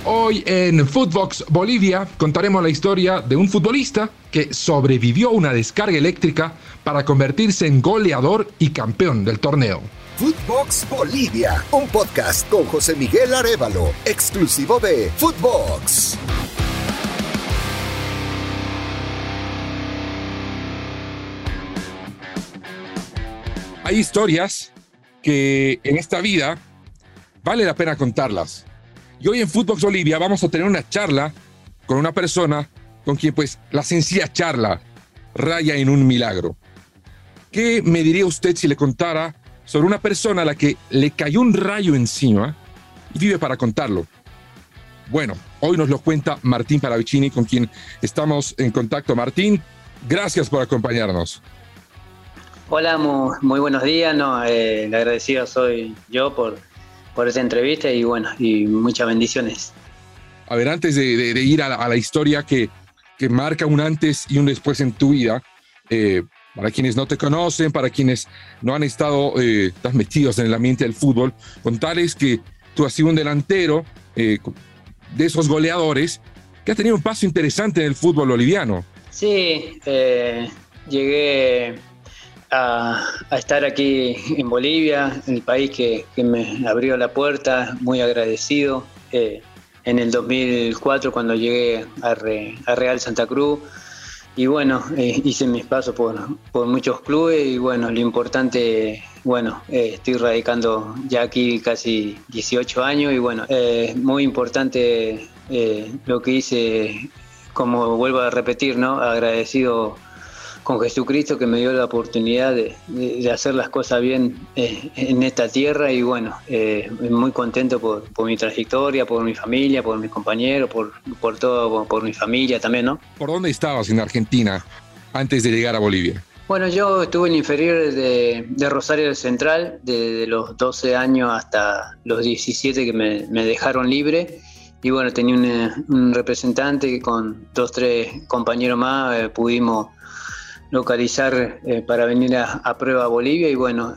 Hoy en Footbox Bolivia contaremos la historia de un futbolista que sobrevivió a una descarga eléctrica para convertirse en goleador y campeón del torneo. Footbox Bolivia, un podcast con José Miguel Arévalo, exclusivo de Footbox. Hay historias que en esta vida vale la pena contarlas. Y hoy en Footbox Bolivia vamos a tener una charla con una persona con quien pues la sencilla charla raya en un milagro. ¿Qué me diría usted si le contara sobre una persona a la que le cayó un rayo encima y vive para contarlo? Bueno, hoy nos lo cuenta Martín Paravicini, con quien estamos en contacto. Martín, gracias por acompañarnos. Hola, muy buenos días. El agradecido soy yo por esta entrevista y bueno, y muchas bendiciones. A ver, antes de ir a la historia que marca un antes y un después en tu vida, para quienes no te conocen, para quienes no han estado tan metidos en el ambiente del fútbol, contarles que tú has sido un delantero de esos goleadores que ha tenido un paso interesante en el fútbol boliviano. Sí, llegué a estar aquí en Bolivia, el país que me abrió la puerta, muy agradecido. En el 2004 cuando llegué a Real Santa Cruz y bueno, hice mis pasos por muchos clubes y bueno, lo importante, estoy radicando ya aquí casi 18 años y bueno, muy importante lo que hice, como vuelvo a repetir, ¿no? Agradecido con Jesucristo que me dio la oportunidad de hacer las cosas bien en esta tierra y bueno, muy contento por mi trayectoria, por mi familia, por mis compañeros, por todo, por mi familia también, ¿no? ¿Por dónde estabas en Argentina antes de llegar a Bolivia? Bueno, yo estuve en inferiores de Rosario del Central, desde los 12 años hasta los 17 que me dejaron libre. Y bueno, tenía un representante que con 2-3 compañeros más pudimos localizar para venir a prueba a Bolivia y bueno,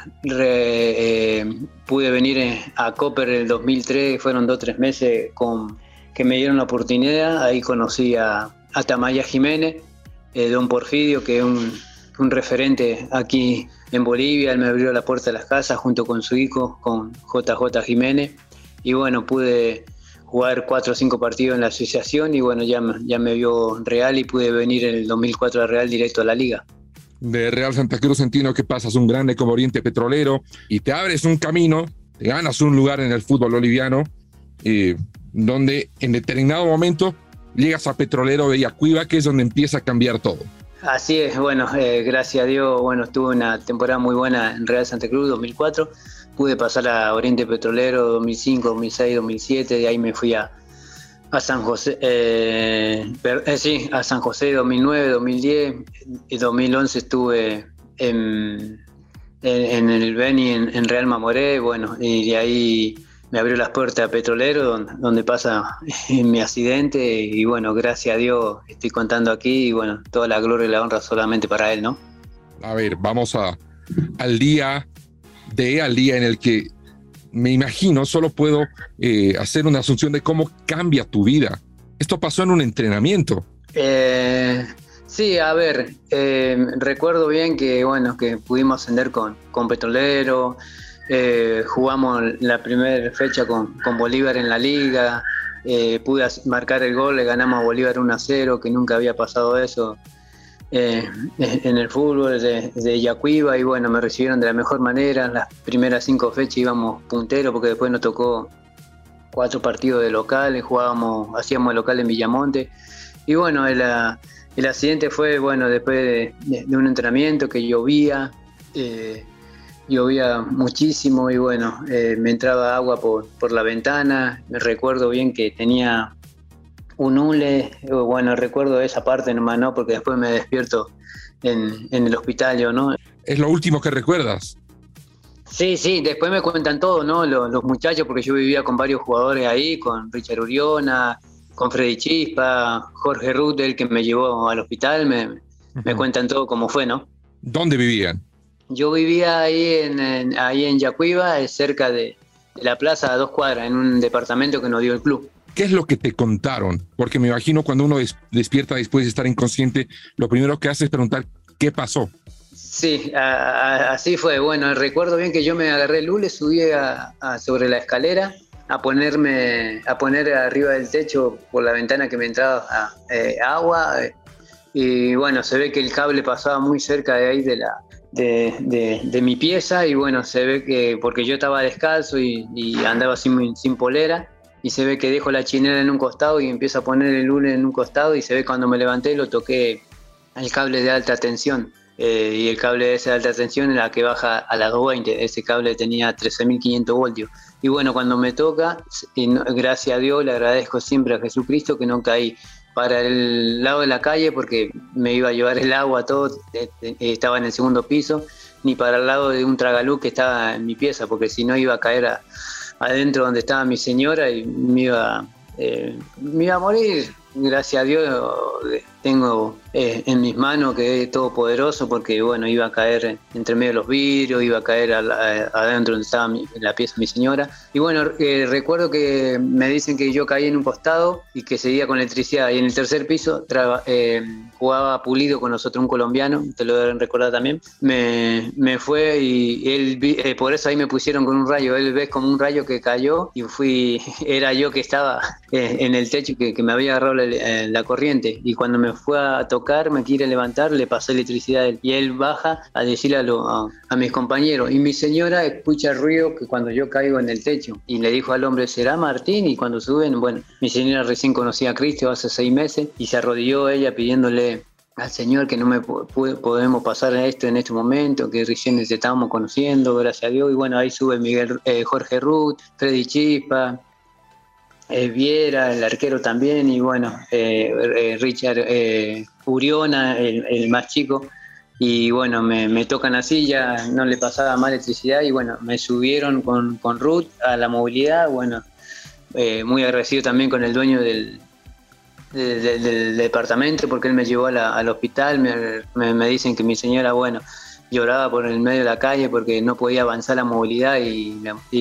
pude venir a Cooper en el 2003, fueron 2-3 meses que me dieron la oportunidad, ahí conocí a Tamaya Jiménez, don Porfirio, que es un referente aquí en Bolivia, él me abrió la puerta de las casas junto con su hijo, con JJ Jiménez, y bueno, pude jugar 4 o 5 partidos en la asociación y bueno, ya me vio Real y pude venir en el 2004 a Real directo a la liga. De Real Santa Cruz entiendo que pasas un grande como Oriente Petrolero y te abres un camino, te ganas un lugar en el fútbol boliviano, donde en determinado momento llegas a Petrolero de Yacuiba, que es donde empieza a cambiar todo. Así es, bueno, gracias a Dios, bueno, tuve una temporada muy buena en Real Santa Cruz 2004, pude pasar a Oriente Petrolero 2005, 2006, 2007, de ahí me fui a San José, a San José 2009, 2010, y 2011 estuve en el Beni en Real Mamoré, bueno, y de ahí me abrió las puertas a Petrolero, donde pasa mi accidente, y bueno, gracias a Dios estoy contando aquí, y bueno, toda la gloria y la honra solamente para él, ¿no? A ver, vamos al día en el que me imagino, solo puedo hacer una asunción de cómo cambia tu vida. Esto pasó en un entrenamiento. Sí, a ver, recuerdo bien que pudimos ascender con Petrolero, jugamos la primera fecha con Bolívar en la liga, pude marcar el gol, le ganamos a Bolívar 1-0, que nunca había pasado eso en el fútbol de Yacuiba, y bueno, me recibieron de la mejor manera. Las primeras 5 fechas íbamos punteros porque después nos tocó 4 partidos de local, hacíamos el local en Villamonte, y bueno, el accidente fue después de un entrenamiento que llovía muchísimo y bueno, me entraba agua por la ventana. Me recuerdo bien que tenía un hule, bueno, recuerdo esa parte nomás, ¿no? Porque después me despierto en el hospital, ¿no? ¿Es lo último que recuerdas? Sí, después me cuentan todo, ¿no? Los muchachos, porque yo vivía con varios jugadores ahí, con Richard Uriona, con Freddy Chispa, Jorge Ruth, el que me llevó al hospital, me cuentan todo cómo fue, ¿no? ¿Dónde vivían? Yo vivía ahí en Yacuiba, cerca de la plaza, a 2 cuadras, en un departamento que nos dio el club. ¿Qué es lo que te contaron? Porque me imagino cuando uno despierta después de estar inconsciente, lo primero que hace es preguntar qué pasó. Sí, así fue. Bueno, recuerdo bien que yo me agarré el hule, subí sobre la escalera a poner arriba del techo por la ventana que me entraba agua. Y bueno, se ve que el cable pasaba muy cerca de ahí de mi pieza, y bueno, se ve que, porque yo estaba descalzo y andaba sin polera, y se ve que dejo la chinela en un costado y empiezo a poner el hule en un costado, y se ve cuando me levanté lo toqué al cable de alta tensión. Y el cable de esa alta tensión es la que baja a las 220, ese cable tenía 13.500 voltios. Y bueno, cuando me toca, gracias a Dios, le agradezco siempre a Jesucristo que no caí para el lado de la calle porque me iba a llevar el agua, todo, estaba en el segundo piso, ni para el lado de un tragaluz que estaba en mi pieza, porque si no iba a caer adentro donde estaba mi señora y me iba a morir. Gracias a Dios tengo en mis manos que es todopoderoso, porque bueno, iba a caer entre medio de los vidrios, iba a caer adentro donde estaba la pieza mi señora. Y bueno, recuerdo que me dicen que yo caí en un costado y que seguía con electricidad, y en el tercer piso jugaba Pulido con nosotros, un colombiano, te lo deben recordar también. Me fue y él, por eso ahí me pusieron con un rayo. Él ves como un rayo que cayó y era yo que estaba en el techo, que me había agarrado la corriente, y cuando me fue a tocar, me quiere levantar, le pasé electricidad a él, y él baja a decirle a mis compañeros, y mi señora escucha el ruido que cuando yo caigo en el techo, y le dijo al hombre, ¿será Martín? Y cuando suben, bueno, mi señora recién conocía a Cristo hace 6 meses, y se arrodilló ella pidiéndole al Señor que no me podemos pasar esto en este momento, que recién nos estábamos conociendo, gracias a Dios. Y bueno, ahí sube Miguel, Jorge Ruth, Freddy Chispa, Viera, el arquero también, y bueno, Richard Uriona, el más chico. Y bueno, me tocan así, ya no le pasaba más electricidad, y bueno, me subieron con Ruth a la movilidad. Bueno, muy agradecido también con el dueño del departamento, porque él me llevó al hospital. Me dicen que mi señora, bueno, lloraba por el medio de la calle porque no podía avanzar la movilidad, y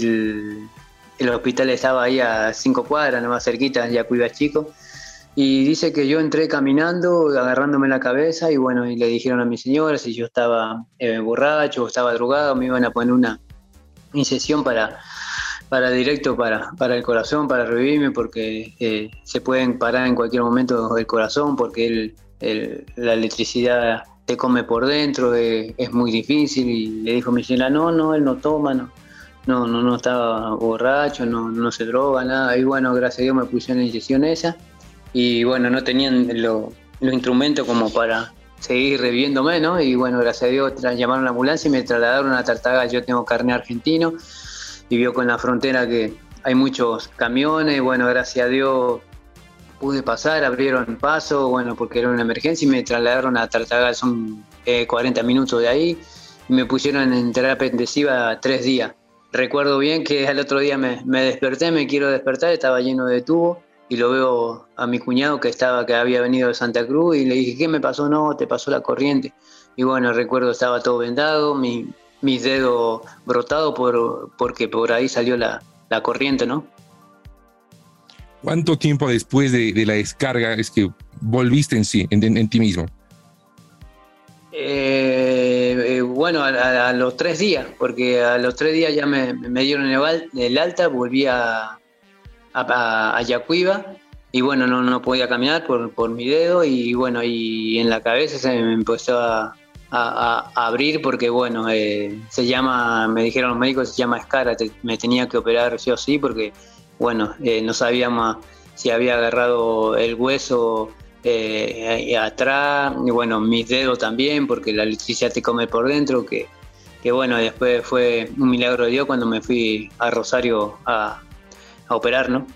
el hospital estaba ahí a 5 cuadras, nomás cerquita, ya cuida chico. Y dice que yo entré caminando, agarrándome la cabeza, y bueno, y le dijeron a mi señora si yo estaba borracho o estaba drogado, me iban a poner una incisión para directo para el corazón, para revivirme, porque se pueden parar en cualquier momento el corazón, porque la electricidad te come por dentro, es muy difícil. Y le dijo mi señora, no, él no toma, no estaba borracho, no se droga, nada. Y bueno, gracias a Dios me pusieron la inyección esa, y bueno, no tenían los instrumentos como para seguir reviviéndome, ¿no? Y bueno, gracias a Dios llamaron a la ambulancia y me trasladaron a Tartagal. Yo tengo carnet argentino, y vio con la frontera que hay muchos camiones. Bueno, gracias a Dios pude pasar, abrieron paso, bueno, porque era una emergencia, y me trasladaron a Tartagal, son 40 minutos de ahí, y me pusieron en terapia intensiva 3 días. Recuerdo bien que al otro día me desperté, me quiero despertar, estaba lleno de tubo, y lo veo a mi cuñado que había venido de Santa Cruz, y le dije, ¿qué me pasó? No, te pasó la corriente. Y bueno, recuerdo estaba todo vendado, mis dedos brotados porque por ahí salió la corriente, ¿no? ¿Cuánto tiempo después de la descarga es que volviste en sí, en ti mismo? Bueno, a los 3 días, porque a los 3 días ya me dieron el alta, volví a Yacuiba, y bueno, no podía caminar por mi dedo, y bueno, y en la cabeza se me empezó a abrir, porque bueno, me dijeron los médicos, se llama escara, me tenía que operar sí o sí, porque bueno, no sabíamos si había agarrado el hueso atrás, y bueno, mis dedos también, porque la electricidad te come por dentro, que bueno, después fue un milagro de Dios cuando me fui a Rosario a operar, ¿no?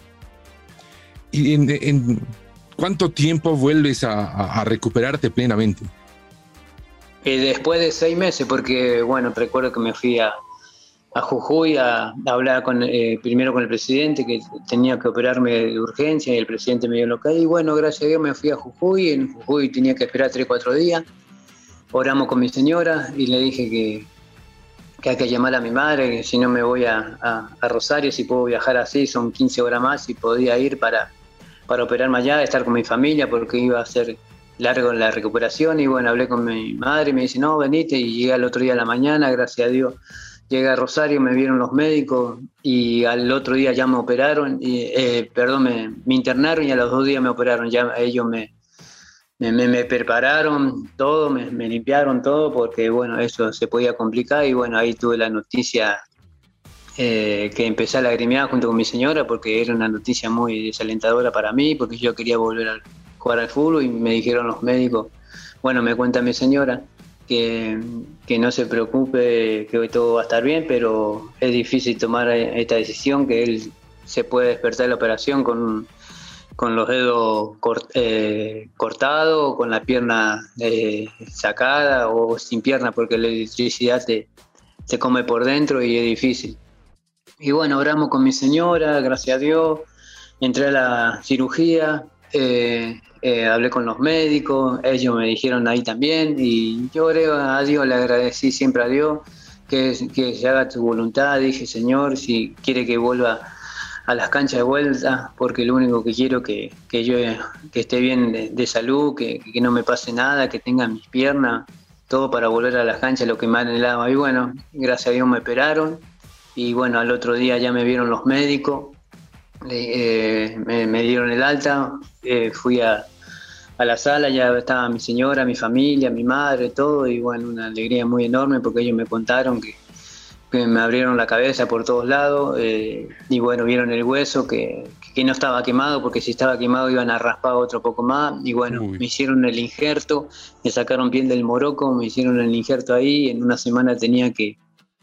¿Y en cuánto tiempo vuelves a recuperarte plenamente? Después de 6 meses, porque bueno, recuerdo que me fui a Jujuy a hablar primero con el presidente, que tenía que operarme de urgencia, y el presidente me dio lo que hay. Y bueno, gracias a Dios me fui a Jujuy. En Jujuy tenía que esperar 3-4 días. Oramos con mi señora y le dije que hay que llamar a mi madre, que si no me voy a Rosario, si puedo viajar así, son 15 horas más, y podía ir para operarme allá, estar con mi familia, porque iba a ser largo la recuperación. Y bueno, hablé con mi madre y me dice, no, venite, y llegué al otro día a la mañana, gracias a Dios. Llegué a Rosario, me vieron los médicos y al otro día ya me operaron, me internaron y a los 2 días me operaron. Ya ellos me prepararon todo, me limpiaron todo, porque bueno, eso se podía complicar. Y bueno, ahí tuve la noticia que empecé a lagrimear junto con mi señora, porque era una noticia muy desalentadora para mí, porque yo quería volver a jugar al fútbol y me dijeron los médicos, bueno, me cuenta mi señora, que no se preocupe, que todo va a estar bien, pero es difícil tomar esta decisión, que él se puede despertar de la operación con los dedos cortados, con la pierna sacada o sin pierna, porque la electricidad te come por dentro y es difícil. Y bueno, oramos con mi señora, gracias a Dios, entré a la cirugía, hablé con los médicos, ellos me dijeron ahí también, y yo oré a Dios, le agradecí siempre a Dios, que se haga tu voluntad. Dije, Señor, si quiere que vuelva a las canchas de vuelta, porque lo único que quiero que yo esté bien de salud, que no me pase nada, que tenga mis piernas, todo para volver a las canchas, lo que me anhelaba. Y bueno, gracias a Dios me operaron, y bueno, al otro día ya me vieron los médicos, me dieron el alta, fui a la sala, ya estaba mi señora, mi familia, mi madre, todo, y bueno, una alegría muy enorme, porque ellos me contaron que me abrieron la cabeza por todos lados, y bueno, vieron el hueso que no estaba quemado, porque si estaba quemado iban a raspar otro poco más. Y bueno, me hicieron el injerto, me sacaron piel del moroco, me hicieron el injerto ahí. En una semana tenía que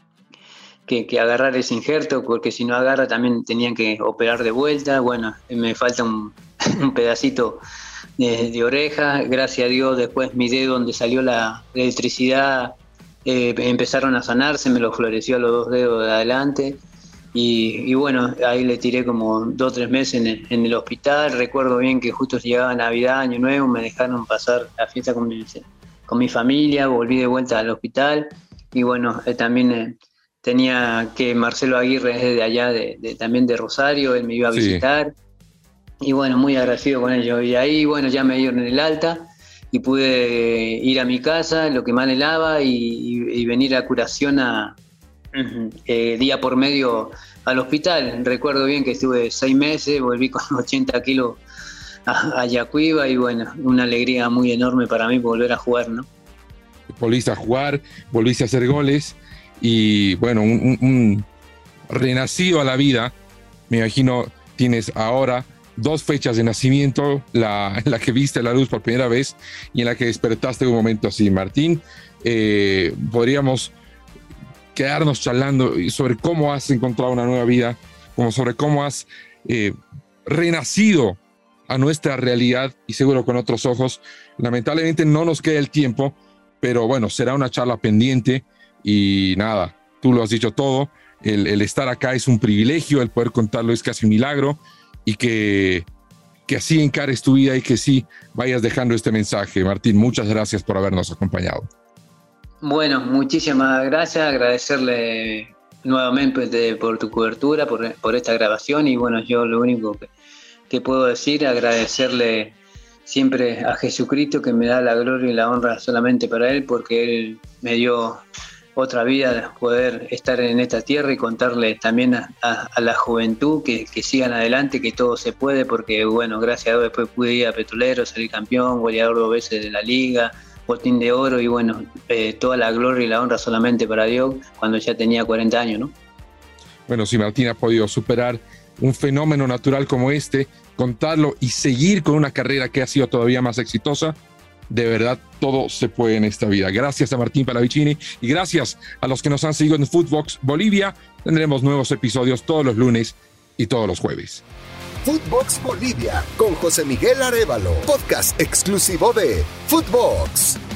agarrar ese injerto, porque si no agarra también tenían que operar de vuelta. Bueno, me falta un pedacito de oreja, gracias a Dios. Después mi dedo donde salió la electricidad, empezaron a sanarse, me lo floreció a los 2 dedos de adelante, y bueno, ahí le tiré como 2 o 3 meses en el hospital. Recuerdo bien que justo llegaba Navidad, Año Nuevo, me dejaron pasar la fiesta con mi familia, volví de vuelta al hospital. Y bueno, también tenía que Marcelo Aguirre es de allá, también de Rosario, él me iba a visitar, y bueno, muy agradecido con ellos. Y ahí bueno, ya me dieron el alta y pude ir a mi casa, lo que más anhelaba, y venir a curación día por medio al hospital. Recuerdo bien que estuve 6 meses, volví con 80 kilos a Yacuiba, y bueno, una alegría muy enorme para mí volver a jugar, ¿no? Volviste a jugar, volviste a hacer goles, y bueno, un renacido a la vida. Me imagino tienes ahora 2 fechas de nacimiento, en la que viste la luz por primera vez y en la que despertaste en un momento así. Martín, podríamos quedarnos charlando sobre cómo has encontrado una nueva vida, como sobre cómo has renacido a nuestra realidad, y seguro con otros ojos. Lamentablemente no nos queda el tiempo, pero bueno, será una charla pendiente. Y nada, tú lo has dicho todo, el estar acá es un privilegio, el poder contarlo es casi un milagro, y que así encares tu vida y que sí vayas dejando este mensaje. Martín, muchas gracias por habernos acompañado. Bueno, muchísimas gracias, agradecerle nuevamente por tu cobertura, por esta grabación. Y bueno, yo lo único que puedo decir, agradecerle siempre a Jesucristo, que me da la gloria y la honra solamente para Él, porque Él me dio otra vida, de poder estar en esta tierra, y contarle también a la juventud que sigan adelante, que todo se puede, porque bueno, gracias a Dios después pude ir a Petrolero, salir campeón, goleador 2 veces de la liga, botín de oro, y bueno, toda la gloria y la honra solamente para Dios, cuando ya tenía 40 años, ¿no? Bueno, si Martín ha podido superar un fenómeno natural como este, contarlo y seguir con una carrera que ha sido todavía más exitosa, de verdad todo se puede en esta vida. Gracias a Martín Pallavicini, y gracias a los que nos han seguido en Footbox Bolivia. Tendremos nuevos episodios todos los lunes y todos los jueves. Footbox Bolivia con José Miguel Arévalo, podcast exclusivo de Footbox.